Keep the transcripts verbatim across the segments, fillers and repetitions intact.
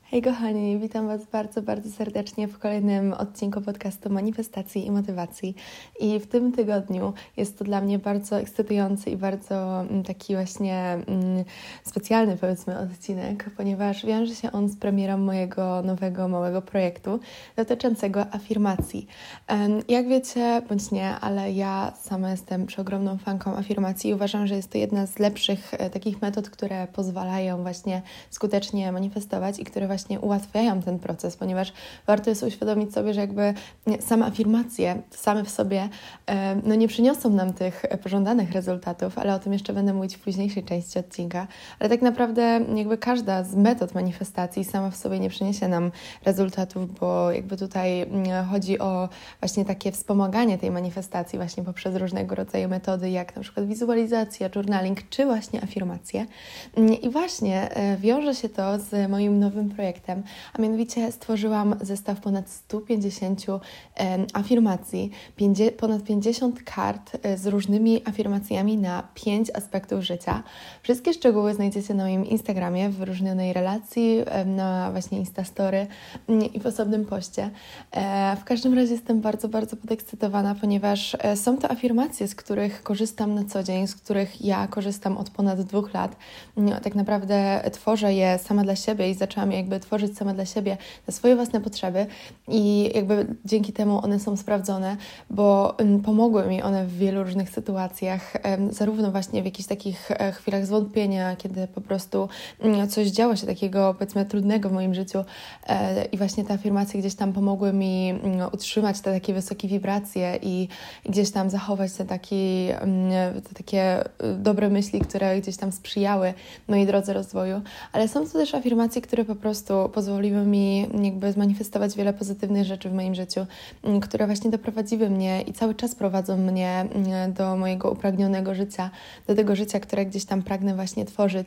Hej kochani, witam Was bardzo, bardzo serdecznie w kolejnym odcinku podcastu Manifestacji i Motywacji. I w tym tygodniu jest to dla mnie bardzo ekscytujący i bardzo taki właśnie mm, specjalny, powiedzmy, odcinek, ponieważ wiąże się on z premierą mojego nowego, małego projektu dotyczącego afirmacji. Um, jak wiecie, bądź nie, ale ja sama jestem przeogromną fanką afirmacji i uważam, że jest to jedna z lepszych e, takich metod, które pozwalają właśnie skutecznie manifestować i które właśnie właśnie ułatwiają ten proces, ponieważ warto jest uświadomić sobie, że jakby same afirmacje same w sobie no nie przyniosą nam tych pożądanych rezultatów, ale o tym jeszcze będę mówić w późniejszej części odcinka, ale tak naprawdę jakby każda z metod manifestacji sama w sobie nie przyniesie nam rezultatów, bo jakby tutaj chodzi o właśnie takie wspomaganie tej manifestacji właśnie poprzez różnego rodzaju metody, jak na przykład wizualizacja, journaling, czy właśnie afirmacje. I właśnie wiąże się to z moim nowym projektem, a mianowicie stworzyłam zestaw ponad stu pięćdziesięciu e, afirmacji, pięćdzie, ponad pięćdziesiąt kart e, z różnymi afirmacjami na pięć aspektów życia. Wszystkie szczegóły znajdziecie na moim Instagramie w wyróżnionej relacji, e, na właśnie Instastory e, i w osobnym poście. E, w każdym razie jestem bardzo, bardzo podekscytowana, ponieważ e, są to afirmacje, z których korzystam na co dzień, z których ja korzystam od ponad dwóch lat. E, tak naprawdę tworzę je sama dla siebie i zaczęłam je jakby tworzyć sama dla siebie, na swoje własne potrzeby i jakby dzięki temu one są sprawdzone, bo um, pomogły mi one w wielu różnych sytuacjach, um, zarówno właśnie w jakichś takich e, chwilach zwątpienia, kiedy po prostu um, coś działo się takiego, powiedzmy, trudnego w moim życiu e, i właśnie te afirmacje gdzieś tam pomogły mi um, utrzymać te takie wysokie wibracje i, i gdzieś tam zachować te, taki, um, te takie dobre myśli, które gdzieś tam sprzyjały mojej drodze rozwoju, ale są to też afirmacje, które po prostu pozwoliły mi jakby zmanifestować wiele pozytywnych rzeczy w moim życiu, które właśnie doprowadziły mnie i cały czas prowadzą mnie do mojego upragnionego życia, do tego życia, które gdzieś tam pragnę właśnie tworzyć.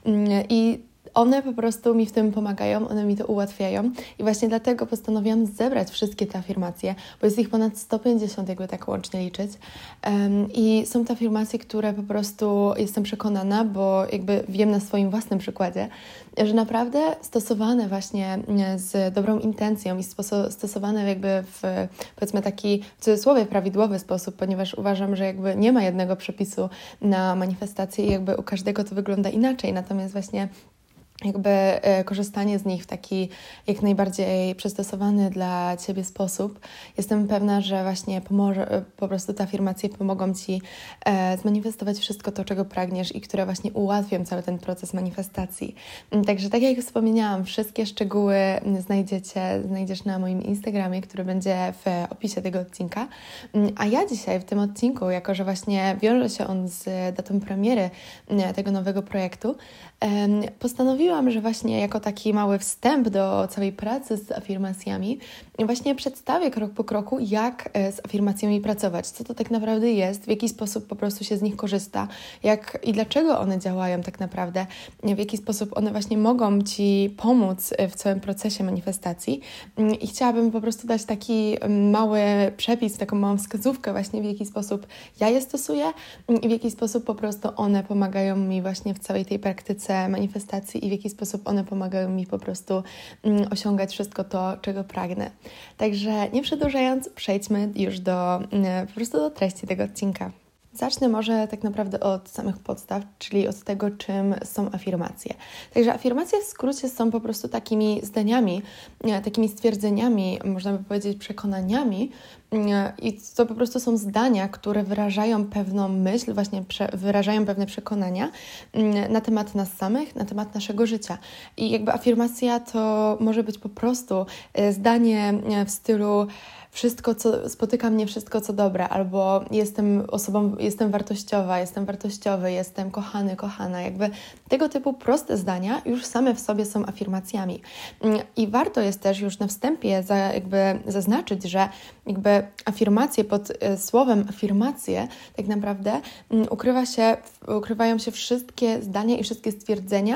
I one po prostu mi w tym pomagają, one mi to ułatwiają i właśnie dlatego postanowiłam zebrać wszystkie te afirmacje, bo jest ich ponad sto pięćdziesiąt, jakby tak łącznie liczyć. Um, I są to afirmacje, które po prostu jestem przekonana, bo jakby wiem na swoim własnym przykładzie, że naprawdę stosowane właśnie z dobrą intencją i stosowane jakby w, powiedzmy, taki w cudzysłowie prawidłowy sposób, ponieważ uważam, że jakby nie ma jednego przepisu na manifestację i jakby u każdego to wygląda inaczej, natomiast właśnie jakby e, korzystanie z nich w taki jak najbardziej przystosowany dla Ciebie sposób. Jestem pewna, że właśnie pomoże, e, po prostu te afirmacje pomogą Ci e, zmanifestować wszystko to, czego pragniesz i które właśnie ułatwią cały ten proces manifestacji. Także tak jak wspomniałam, wszystkie szczegóły znajdziecie, znajdziesz na moim Instagramie, który będzie w opisie tego odcinka. A ja dzisiaj w tym odcinku, jako że właśnie wiąże się on z datą premiery tego nowego projektu, e, postanowiłam że właśnie jako taki mały wstęp do całej pracy z afirmacjami właśnie przedstawię krok po kroku, jak z afirmacjami pracować, co to tak naprawdę jest, w jaki sposób po prostu się z nich korzysta, jak i dlaczego one działają tak naprawdę, w jaki sposób one właśnie mogą Ci pomóc w całym procesie manifestacji. I chciałabym po prostu dać taki mały przepis, taką małą wskazówkę właśnie, w jaki sposób ja je stosuję i w jaki sposób po prostu one pomagają mi właśnie w całej tej praktyce manifestacji i w jaki sposób one pomagają mi po prostu mm, osiągać wszystko to, czego pragnę. Także nie przedłużając, przejdźmy już do, mm, po prostu do treści tego odcinka. Zacznę może tak naprawdę od samych podstaw, czyli od tego, czym są afirmacje. Także afirmacje w skrócie są po prostu takimi zdaniami, takimi stwierdzeniami, można by powiedzieć przekonaniami, i to po prostu są zdania, które wyrażają pewną myśl, właśnie prze, wyrażają pewne przekonania na temat nas samych, na temat naszego życia. I jakby afirmacja to może być po prostu zdanie w stylu wszystko, co spotyka mnie, wszystko, co dobre, albo jestem osobą, jestem wartościowa, jestem wartościowy, jestem kochany, kochana. Jakby tego typu proste zdania już same w sobie są afirmacjami. I warto jest też już na wstępie za, jakby zaznaczyć, że jakby afirmacje pod y, słowem afirmacje tak naprawdę y, ukrywa się, ukrywają się wszystkie zdania i wszystkie stwierdzenia,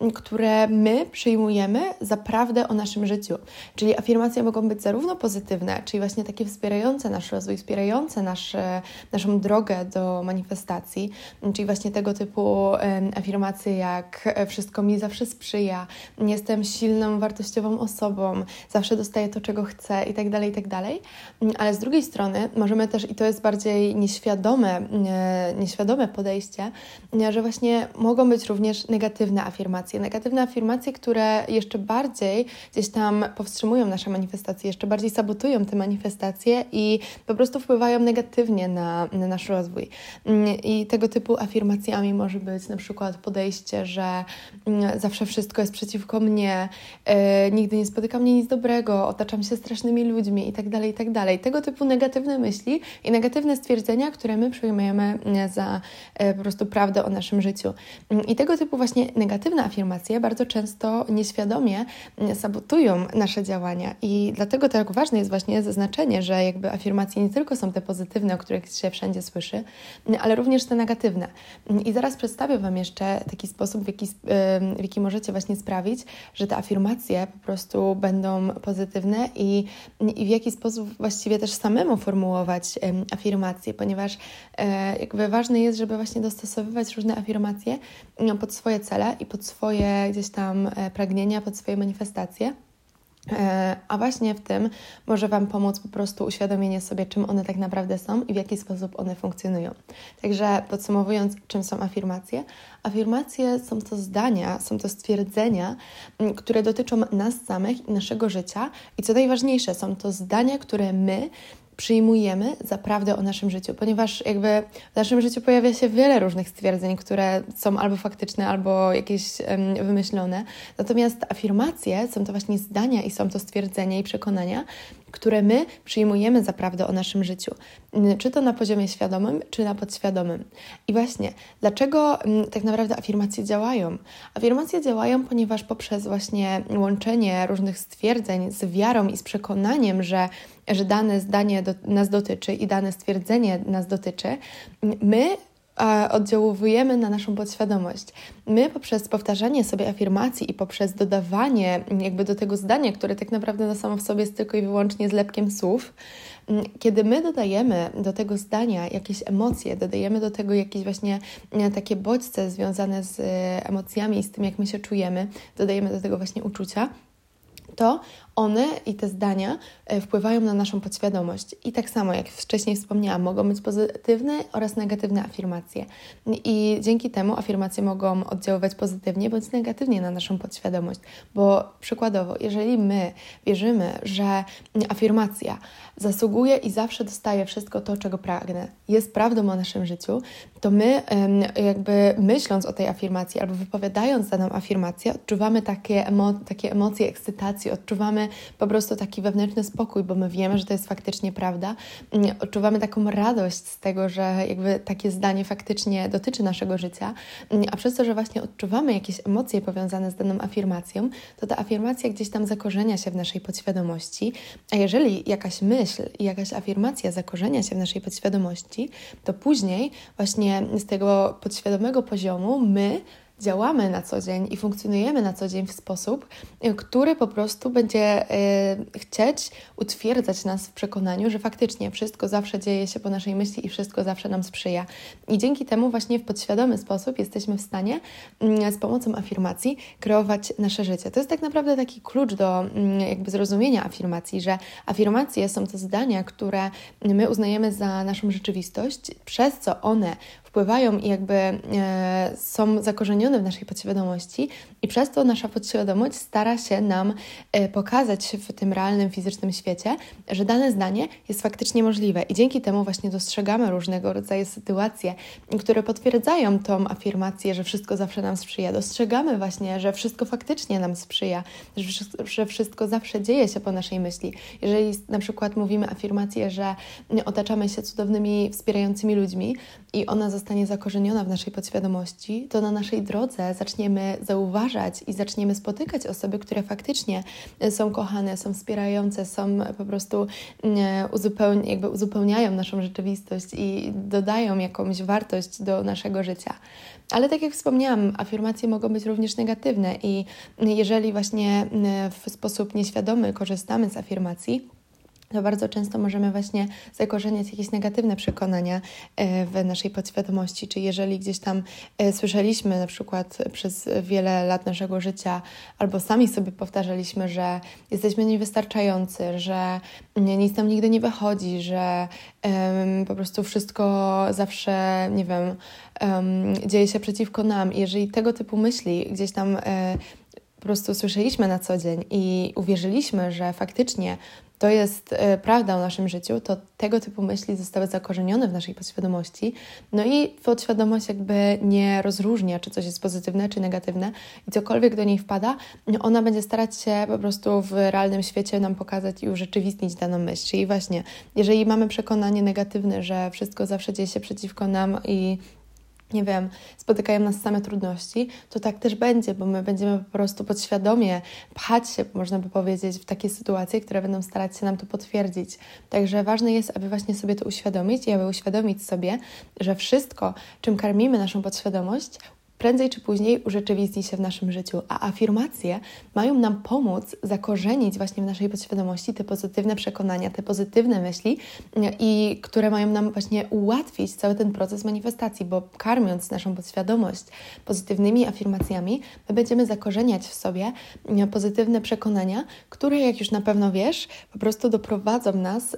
które my przyjmujemy za prawdę o naszym życiu. Czyli afirmacje mogą być zarówno pozytywne, czyli właśnie takie wspierające nasz rozwój, wspierające nasze, naszą drogę do manifestacji, czyli właśnie tego typu afirmacje jak wszystko mi zawsze sprzyja, jestem silną, wartościową osobą, zawsze dostaję to, czego chcę i tak dalej, i tak dalej. Ale z drugiej strony możemy też, i to jest bardziej nieświadome, nieświadome podejście, że właśnie mogą być również negatywne afirmacje. Negatywne afirmacje, które jeszcze bardziej gdzieś tam powstrzymują nasze manifestacje, jeszcze bardziej sabotują te manifestacje i po prostu wpływają negatywnie na, na nasz rozwój. I tego typu afirmacjami może być na przykład podejście, że zawsze wszystko jest przeciwko mnie, yy, nigdy nie spotyka mnie nic dobrego, otaczam się strasznymi ludźmi i tak dalej, i tak dalej. Tego typu negatywne myśli i negatywne stwierdzenia, które my przyjmujemy za yy, po prostu prawdę o naszym życiu. I tego typu właśnie negatywne afirmacje bardzo często nieświadomie sabotują nasze działania i dlatego tak ważne jest właśnie zaznaczenie, że jakby afirmacje nie tylko są te pozytywne, o których się wszędzie słyszy, ale również te negatywne. I zaraz przedstawię Wam jeszcze taki sposób, w jaki, w jaki możecie właśnie sprawić, że te afirmacje po prostu będą pozytywne i, i w jaki sposób właściwie też samemu formułować afirmacje, ponieważ jakby ważne jest, żeby właśnie dostosowywać różne afirmacje pod swoje cele i pod swoje gdzieś tam pragnienia, pod swoje manifestacje. A właśnie w tym może Wam pomóc po prostu uświadomienie sobie, czym one tak naprawdę są i w jaki sposób one funkcjonują. Także podsumowując, czym są afirmacje? Afirmacje są to zdania, są to stwierdzenia, które dotyczą nas samych i naszego życia i co najważniejsze, są to zdania, które my przyjmujemy za prawdę o naszym życiu, ponieważ jakby w naszym życiu pojawia się wiele różnych stwierdzeń, które są albo faktyczne, albo jakieś um, wymyślone. Natomiast afirmacje są to właśnie zdania i są to stwierdzenia i przekonania, które my przyjmujemy za prawdę o naszym życiu. Czy to na poziomie świadomym, czy na podświadomym. I właśnie, dlaczego tak naprawdę afirmacje działają? Afirmacje działają, ponieważ poprzez właśnie łączenie różnych stwierdzeń z wiarą i z przekonaniem, że, że dane zdanie do, nas dotyczy i dane stwierdzenie nas dotyczy, my oddziałujemy na naszą podświadomość. My poprzez powtarzanie sobie afirmacji i poprzez dodawanie jakby do tego zdania, które tak naprawdę na samo w sobie jest tylko i wyłącznie zlepkiem słów, kiedy my dodajemy do tego zdania jakieś emocje, dodajemy do tego jakieś właśnie takie bodźce związane z emocjami i z tym, jak my się czujemy, dodajemy do tego właśnie uczucia, to one i te zdania wpływają na naszą podświadomość. I tak samo, jak wcześniej wspomniałam, mogą być pozytywne oraz negatywne afirmacje. I dzięki temu afirmacje mogą oddziaływać pozytywnie bądź negatywnie na naszą podświadomość. Bo przykładowo, jeżeli my wierzymy, że afirmacja zasługuje i zawsze dostaje wszystko to, czego pragnę, jest prawdą o naszym życiu, to my jakby myśląc o tej afirmacji albo wypowiadając daną afirmację, odczuwamy takie, emo- takie emocje ekscytacji, odczuwamy po prostu taki wewnętrzny spokój, bo my wiemy, że to jest faktycznie prawda. Odczuwamy taką radość z tego, że jakby takie zdanie faktycznie dotyczy naszego życia, a przez to, że właśnie odczuwamy jakieś emocje powiązane z daną afirmacją, to ta afirmacja gdzieś tam zakorzenia się w naszej podświadomości, a jeżeli jakaś myśl i jakaś afirmacja zakorzenia się w naszej podświadomości, to później właśnie z tego podświadomego poziomu my działamy na co dzień i funkcjonujemy na co dzień w sposób, który po prostu będzie y, chcieć utwierdzać nas w przekonaniu, że faktycznie wszystko zawsze dzieje się po naszej myśli i wszystko zawsze nam sprzyja. I dzięki temu właśnie w podświadomy sposób jesteśmy w stanie y, z pomocą afirmacji kreować nasze życie. To jest tak naprawdę taki klucz do y, jakby zrozumienia afirmacji, że afirmacje są to zdania, które my uznajemy za naszą rzeczywistość, przez co one wpływają i jakby e, są zakorzenione w naszej podświadomości i przez to nasza podświadomość stara się nam e, pokazać w tym realnym, fizycznym świecie, że dane zdanie jest faktycznie możliwe i dzięki temu właśnie dostrzegamy różnego rodzaju sytuacje, które potwierdzają tą afirmację, że wszystko zawsze nam sprzyja. Dostrzegamy właśnie, że wszystko faktycznie nam sprzyja, że, że wszystko zawsze dzieje się po naszej myśli. Jeżeli na przykład mówimy afirmację, że otaczamy się cudownymi, wspierającymi ludźmi i ona została zostanie zakorzeniona w naszej podświadomości, to na naszej drodze zaczniemy zauważać i zaczniemy spotykać osoby, które faktycznie są kochane, są wspierające, są po prostu uzupełni- jakby uzupełniają naszą rzeczywistość i dodają jakąś wartość do naszego życia. Ale tak jak wspomniałam, afirmacje mogą być również negatywne i jeżeli właśnie w sposób nieświadomy korzystamy z afirmacji, to bardzo często możemy właśnie zakorzeniać jakieś negatywne przekonania w naszej podświadomości, czy jeżeli gdzieś tam słyszeliśmy na przykład przez wiele lat naszego życia albo sami sobie powtarzaliśmy, że jesteśmy niewystarczający, że nic nam nigdy nie wychodzi, że um, po prostu wszystko zawsze, nie wiem, um, dzieje się przeciwko nam. I jeżeli tego typu myśli gdzieś tam um, po prostu słyszeliśmy na co dzień i uwierzyliśmy, że faktycznie to jest e, prawda o naszym życiu, to tego typu myśli zostały zakorzenione w naszej podświadomości. No i podświadomość jakby nie rozróżnia, czy coś jest pozytywne, czy negatywne i cokolwiek do niej wpada, ona będzie starać się po prostu w realnym świecie nam pokazać i urzeczywistnić daną myśl. Czyli właśnie, jeżeli mamy przekonanie negatywne, że wszystko zawsze dzieje się przeciwko nam i nie wiem, spotykają nas same trudności, to tak też będzie, bo my będziemy po prostu podświadomie pchać się, można by powiedzieć, w takie sytuacje, które będą starać się nam to potwierdzić. Także ważne jest, aby właśnie sobie to uświadomić i aby uświadomić sobie, że wszystko, czym karmimy naszą podświadomość, prędzej czy później urzeczywistni się w naszym życiu, a afirmacje mają nam pomóc zakorzenić właśnie w naszej podświadomości te pozytywne przekonania, te pozytywne myśli, i które mają nam właśnie ułatwić cały ten proces manifestacji, bo karmiąc naszą podświadomość pozytywnymi afirmacjami, my będziemy zakorzeniać w sobie pozytywne przekonania, które, jak już na pewno wiesz, po prostu doprowadzą nas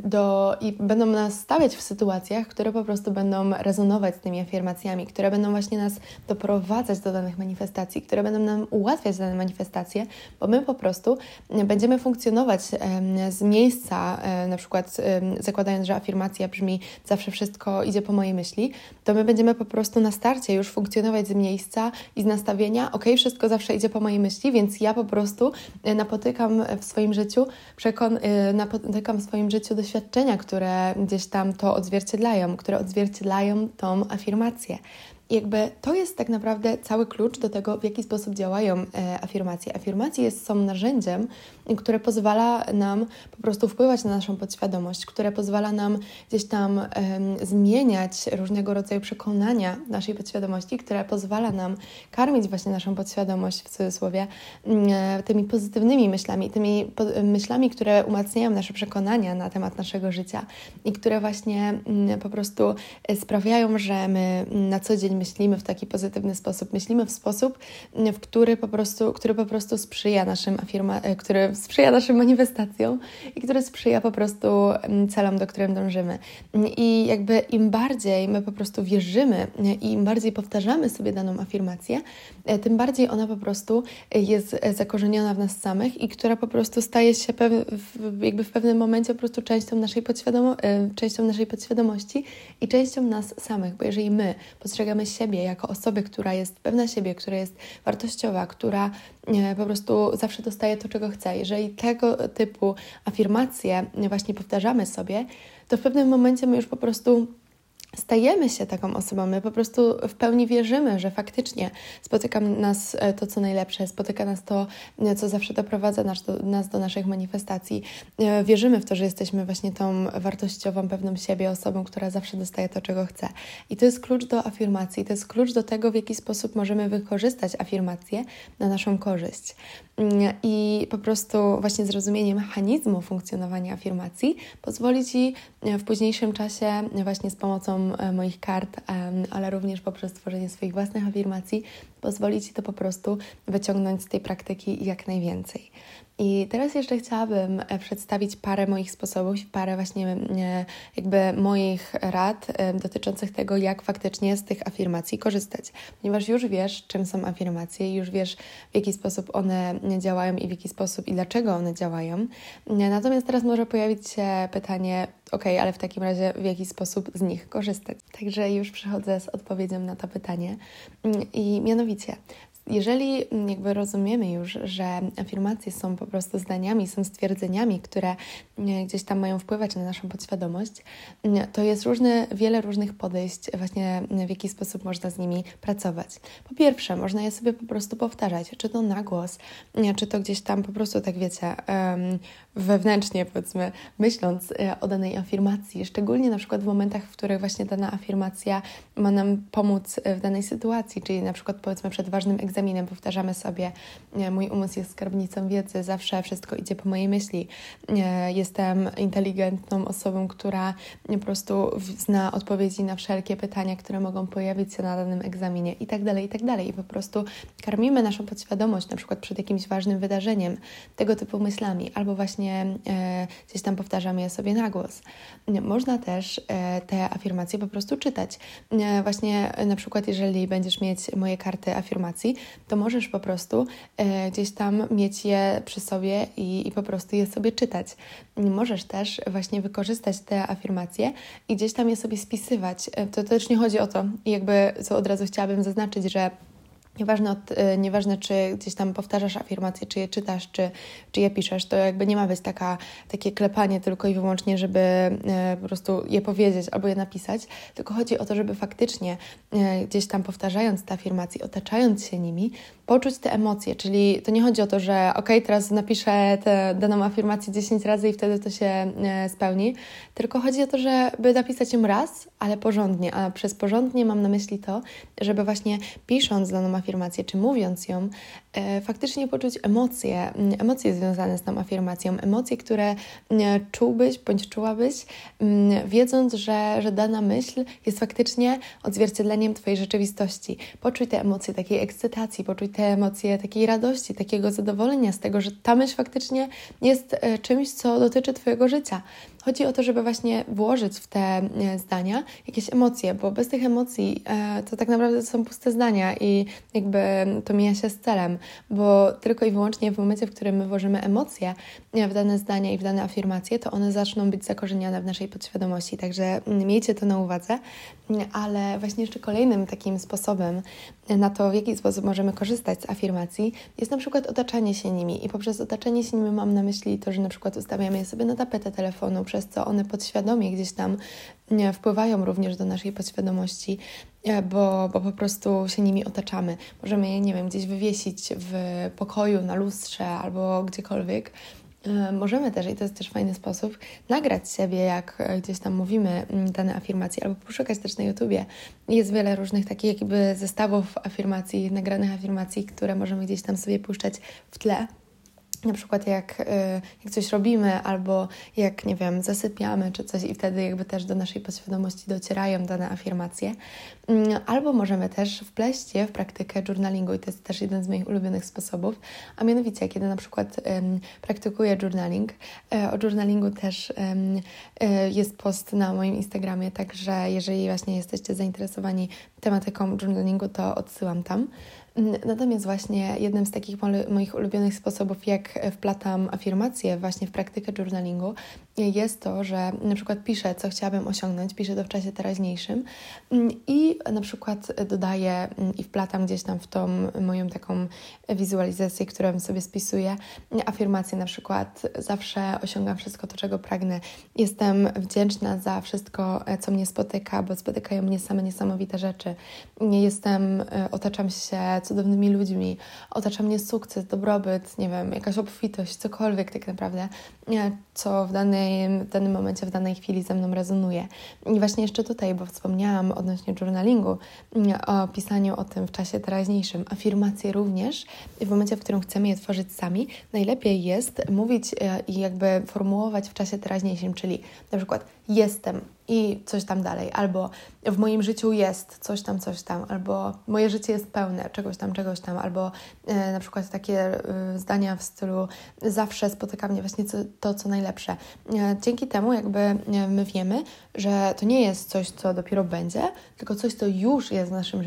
do i będą nas stawiać w sytuacjach, które po prostu będą rezonować z tymi afirmacjami, które będą właśnie nas doprowadzać do danych manifestacji, które będą nam ułatwiać dane manifestacje, bo my po prostu będziemy funkcjonować z miejsca, na przykład zakładając, że afirmacja brzmi zawsze wszystko idzie po mojej myśli, to my będziemy po prostu na starcie już funkcjonować z miejsca i z nastawienia, ok, wszystko zawsze idzie po mojej myśli, więc ja po prostu napotykam w swoim życiu przekon- napotykam w swoim życiu doświadczenia, które gdzieś tam to odzwierciedlają, które odzwierciedlają tą afirmację. I jakby to jest tak naprawdę cały klucz do tego, w jaki sposób działają e, afirmacje. Afirmacje jest, są narzędziem, które pozwala nam po prostu wpływać na naszą podświadomość, które pozwala nam gdzieś tam e, zmieniać różnego rodzaju przekonania naszej podświadomości, które pozwala nam karmić właśnie naszą podświadomość, w cudzysłowie, e, tymi pozytywnymi myślami, tymi po, myślami, które umacniają nasze przekonania na temat naszego życia i które właśnie m, po prostu sprawiają, że my na co dzień myślimy w taki pozytywny sposób. Myślimy w sposób, w który po prostu, który po prostu sprzyja naszym afirma, który sprzyja naszym manifestacjom i który sprzyja po prostu celom, do którym dążymy. I jakby im bardziej my po prostu wierzymy i im bardziej powtarzamy sobie daną afirmację, tym bardziej ona po prostu jest zakorzeniona w nas samych i która po prostu staje się pew- jakby w pewnym momencie po prostu częścią naszej, podświadomo- częścią naszej podświadomości i częścią nas samych, bo jeżeli my postrzegamy siebie jako osobę, która jest pewna siebie, która jest wartościowa, która po prostu zawsze dostaje to, czego chce. Jeżeli tego typu afirmacje właśnie powtarzamy sobie, to w pewnym momencie my już po prostu stajemy się taką osobą, my po prostu w pełni wierzymy, że faktycznie spotyka nas to, co najlepsze, spotyka nas to, co zawsze doprowadza nas do, nas do naszych manifestacji. Wierzymy w to, że jesteśmy właśnie tą wartościową, pewną siebie osobą, która zawsze dostaje to, czego chce. I to jest klucz do afirmacji, to jest klucz do tego, w jaki sposób możemy wykorzystać afirmacje na naszą korzyść. I po prostu właśnie zrozumienie mechanizmu funkcjonowania afirmacji pozwoli Ci w późniejszym czasie właśnie z pomocą moich kart, ale również poprzez tworzenie swoich własnych afirmacji pozwoli Ci to po prostu wyciągnąć z tej praktyki jak najwięcej. I teraz jeszcze chciałabym przedstawić parę moich sposobów, parę właśnie jakby moich rad dotyczących tego, jak faktycznie z tych afirmacji korzystać. Ponieważ już wiesz, czym są afirmacje, już wiesz, w jaki sposób one działają i w jaki sposób i dlaczego one działają. Natomiast teraz może pojawić się pytanie, ok, ale w takim razie w jaki sposób z nich korzystać? Także już przychodzę z odpowiedzią na to pytanie. I mianowicie, jeżeli jakby rozumiemy już, że afirmacje są po prostu zdaniami, są stwierdzeniami, które gdzieś tam mają wpływać na naszą podświadomość, to jest różne, wiele różnych podejść właśnie w jaki sposób można z nimi pracować. Po pierwsze, można je sobie po prostu powtarzać, czy to na głos, czy to gdzieś tam po prostu, tak wiecie, wewnętrznie powiedzmy, myśląc o danej afirmacji, szczególnie na przykład w momentach, w których właśnie dana afirmacja ma nam pomóc w danej sytuacji, czyli na przykład powiedzmy przed ważnym egzaminem powtarzamy sobie: mój umysł jest skarbnicą wiedzy, zawsze wszystko idzie po mojej myśli, jestem inteligentną osobą, która po prostu zna odpowiedzi na wszelkie pytania, które mogą pojawić się na danym egzaminie i tak dalej, i tak dalej. I po prostu karmimy naszą podświadomość na przykład przed jakimś ważnym wydarzeniem tego typu myślami, albo właśnie e, gdzieś tam powtarzamy je sobie na głos. Można też e, te afirmacje po prostu czytać. E, właśnie e, na przykład jeżeli będziesz mieć moje karty afirmacji, to możesz po prostu e, gdzieś tam mieć je przy sobie i, i po prostu je sobie czytać. Możesz też właśnie wykorzystać te afirmacje i gdzieś tam je sobie spisywać. To, to też nie chodzi o to, i jakby co od razu chciałabym zaznaczyć, że Nieważne, od, nieważne, czy gdzieś tam powtarzasz afirmacje, czy je czytasz, czy, czy je piszesz, to jakby nie ma być taka, takie klepanie tylko i wyłącznie, żeby e, po prostu je powiedzieć albo je napisać, tylko chodzi o to, żeby faktycznie e, gdzieś tam powtarzając te afirmacje, otaczając się nimi, poczuć te emocje, czyli to nie chodzi o to, że ok, teraz napiszę tę daną afirmację dziesięć razy i wtedy to się e, spełni, tylko chodzi o to, żeby napisać ją raz, ale porządnie, a przez porządnie mam na myśli to, żeby właśnie pisząc daną afirmację, afirmację, czy mówiąc ją, e, faktycznie poczuć emocje, emocje związane z tą afirmacją, emocje, które e, czułbyś bądź czułabyś, m, wiedząc, że, że dana myśl jest faktycznie odzwierciedleniem Twojej rzeczywistości. Poczuj te emocje takiej ekscytacji, poczuj te emocje takiej radości, takiego zadowolenia z tego, że ta myśl faktycznie jest e, czymś, co dotyczy Twojego życia. Chodzi o to, żeby właśnie włożyć w te e, zdania jakieś emocje, bo bez tych emocji e, to tak naprawdę to są puste zdania i jakby to mija się z celem, bo tylko i wyłącznie w momencie, w którym my włożymy emocje w dane zdania i w dane afirmacje, to one zaczną być zakorzenione w naszej podświadomości, także miejcie to na uwadze, ale właśnie jeszcze kolejnym takim sposobem na to, w jaki sposób możemy korzystać z afirmacji, jest na przykład otaczanie się nimi i poprzez otaczanie się nimi mam na myśli to, że na przykład ustawiamy je sobie na tapetę telefonu, przez co one podświadomie gdzieś tam wpływają również do naszej podświadomości, bo, bo po prostu się nimi otaczamy. Możemy je, nie wiem, gdzieś wywiesić w pokoju, na lustrze albo gdziekolwiek. Możemy też, i to jest też fajny sposób, nagrać siebie, jak gdzieś tam mówimy dane afirmacje, albo poszukać też na YouTubie. Jest wiele różnych takich jakby zestawów afirmacji, nagranych afirmacji, które możemy gdzieś tam sobie puszczać w tle. Na przykład jak, jak coś robimy, albo jak, nie wiem, zasypiamy czy coś i wtedy jakby też do naszej podświadomości docierają dane afirmacje. Albo możemy też wpleść je w praktykę journalingu i to jest też jeden z moich ulubionych sposobów, a mianowicie kiedy na przykład um, praktykuję journaling, e, o journalingu też um, e, jest post na moim Instagramie, także jeżeli właśnie jesteście zainteresowani tematyką journalingu, to odsyłam tam. Natomiast właśnie jednym z takich moich ulubionych sposobów, jak wplatam afirmacje właśnie w praktykę journalingu, jest to, że na przykład piszę, co chciałabym osiągnąć, piszę to w czasie teraźniejszym i na przykład dodaję i wplatam gdzieś tam w tą moją taką wizualizację, którą sobie spisuję, afirmacje na przykład: zawsze osiągam wszystko to, czego pragnę, jestem wdzięczna za wszystko, co mnie spotyka, bo spotykają mnie same niesamowite rzeczy, jestem, otaczam się cudownymi ludźmi, otacza mnie sukces, dobrobyt, nie wiem, jakaś obfitość, cokolwiek tak naprawdę, co w danym, w danym momencie, w danej chwili ze mną rezonuje. I właśnie jeszcze tutaj, bo wspomniałam odnośnie journalingu, o pisaniu o tym w czasie teraźniejszym, afirmacje również, w momencie, w którym chcemy je tworzyć sami, najlepiej jest mówić i jakby formułować w czasie teraźniejszym, czyli na przykład jestem i coś tam dalej, albo w moim życiu jest coś tam, coś tam, albo moje życie jest pełne czegoś tam, czegoś tam, albo e, na przykład takie e, zdania w stylu zawsze spotyka mnie właśnie co, to, co najlepsze. E, dzięki temu jakby e, my wiemy, że to nie jest coś, co dopiero będzie, tylko coś, co już jest w naszym życiu.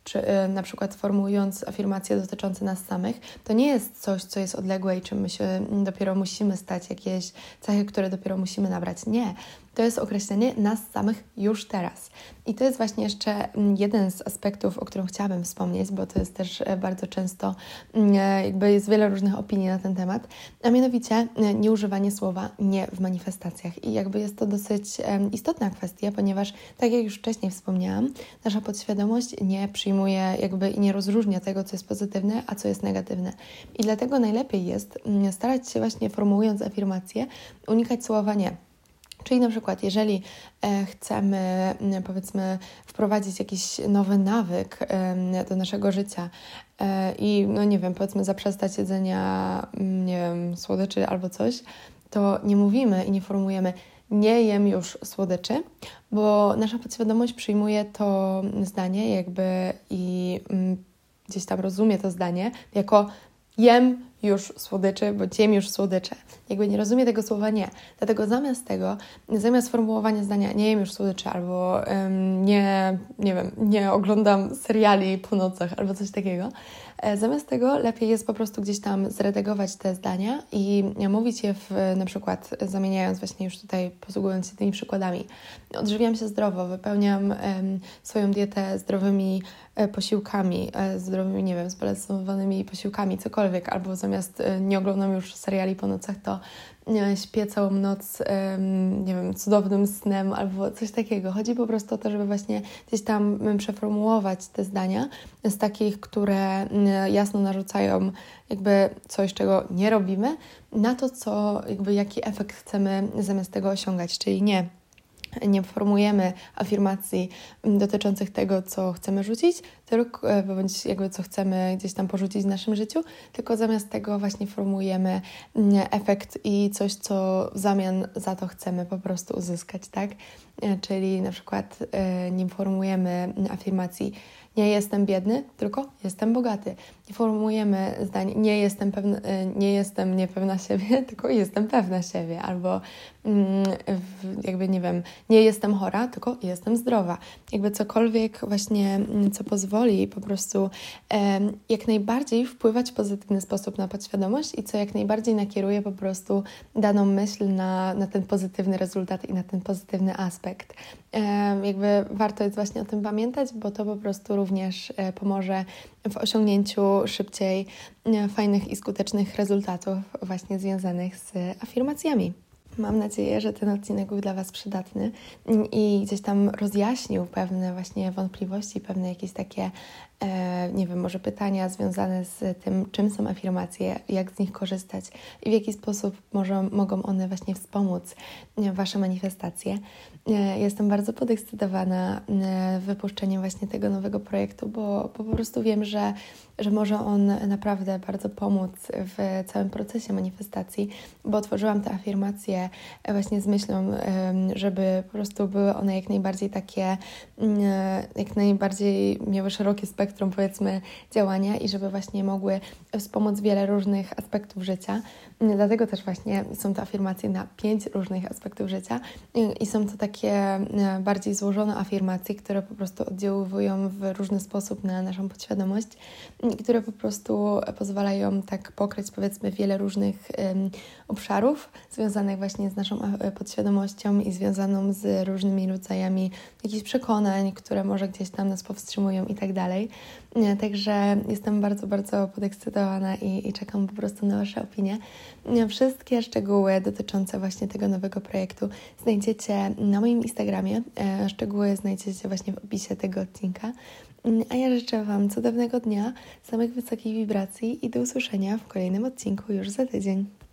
czy y, na przykład formułując afirmacje dotyczące nas samych, to nie jest coś, co jest odległe i czym my się dopiero musimy stać, jakieś cechy, które dopiero musimy nabrać. Nie. To jest określenie nas samych już teraz. I to jest właśnie jeszcze jeden z aspektów, o którym chciałabym wspomnieć, bo to jest też bardzo często, jakby jest wiele różnych opinii na ten temat, a mianowicie nieużywanie słowa nie w manifestacjach. I jakby jest to dosyć istotna kwestia, ponieważ tak jak już wcześniej wspomniałam, nasza podświadomość nie przyjmuje jakby i nie rozróżnia tego, co jest pozytywne, a co jest negatywne. I dlatego najlepiej jest starać się właśnie formułując afirmacje, unikać słowa nie. Czyli na przykład, jeżeli e, chcemy, m, powiedzmy, wprowadzić jakiś nowy nawyk e, do naszego życia e, i, no nie wiem, powiedzmy, zaprzestać jedzenia, nie wiem, słodyczy albo coś, to nie mówimy i nie formujemy nie jem już słodyczy, bo nasza podświadomość przyjmuje to zdanie jakby i m, gdzieś tam rozumie to zdanie jako jem już słodyczy, bo jem już słodycze. Jakby nie rozumie tego słowa nie. Dlatego zamiast tego, zamiast formułowania zdania nie jem już słodyczy albo um, nie, nie wiem, nie oglądam seriali po nocach albo coś takiego, e, zamiast tego lepiej jest po prostu gdzieś tam zredagować te zdania i mówić je w, na przykład zamieniając właśnie już tutaj, posługując się tymi przykładami. Odżywiam się zdrowo, wypełniam um, swoją dietę zdrowymi e, posiłkami, e, zdrowymi, nie wiem, zbalansowanymi posiłkami, cokolwiek, albo zamiast e, nie oglądam już seriali po nocach, to śpię całą noc, nie wiem, cudownym snem albo coś takiego. Chodzi po prostu o to, żeby właśnie gdzieś tam przeformułować te zdania z takich, które jasno narzucają jakby coś, czego nie robimy, na to, co jakby jaki efekt chcemy zamiast tego osiągać, czyli nie nie formujemy afirmacji dotyczących tego, co chcemy rzucić, tylko, bądź jakby co chcemy gdzieś tam porzucić w naszym życiu, tylko zamiast tego właśnie formujemy efekt i coś, co w zamian za to chcemy po prostu uzyskać, tak? Czyli na przykład nie formujemy afirmacji nie jestem biedny, tylko jestem bogaty. Nie formujemy zdań nie jestem, pewna, nie jestem niepewna siebie, tylko jestem pewna siebie. Albo jakby nie wiem, nie jestem chora, tylko jestem zdrowa. Jakby cokolwiek właśnie, co pozwoli po prostu jak najbardziej wpływać w pozytywny sposób na podświadomość i co jak najbardziej nakieruje po prostu daną myśl na, na ten pozytywny rezultat i na ten pozytywny aspekt. Jakby warto jest właśnie o tym pamiętać, bo to po prostu również pomoże w osiągnięciu szybciej fajnych i skutecznych rezultatów właśnie związanych z afirmacjami. Mam nadzieję, że ten odcinek był dla Was przydatny i gdzieś tam rozjaśnił pewne właśnie wątpliwości, pewne jakieś takie, e, nie wiem, może pytania związane z tym, czym są afirmacje, jak z nich korzystać i w jaki sposób może, mogą one właśnie wspomóc Wasze manifestacje. E, jestem bardzo podekscytowana e, wypuszczeniem właśnie tego nowego projektu, bo, bo po prostu wiem, że, że może on naprawdę bardzo pomóc w całym procesie manifestacji, bo otworzyłam te afirmacje właśnie z myślą, żeby po prostu były one jak najbardziej takie, jak najbardziej miały szerokie spektrum, powiedzmy, działania i żeby właśnie mogły wspomóc wiele różnych aspektów życia. Dlatego też właśnie są to afirmacje na pięć różnych aspektów życia i są to takie bardziej złożone afirmacje, które po prostu oddziałują w różny sposób na naszą podświadomość, które po prostu pozwalają tak pokryć, powiedzmy, wiele różnych um, obszarów związanych właśnie z naszą podświadomością i związaną z różnymi rodzajami jakichś przekonań, które może gdzieś tam nas powstrzymują i tak dalej. Także jestem bardzo, bardzo podekscytowana i, i czekam po prostu na Wasze opinie. Wszystkie szczegóły dotyczące właśnie tego nowego projektu znajdziecie na moim Instagramie. Szczegóły znajdziecie właśnie w opisie tego odcinka. A ja życzę Wam cudownego dnia, samych wysokich wibracji i do usłyszenia w kolejnym odcinku już za tydzień.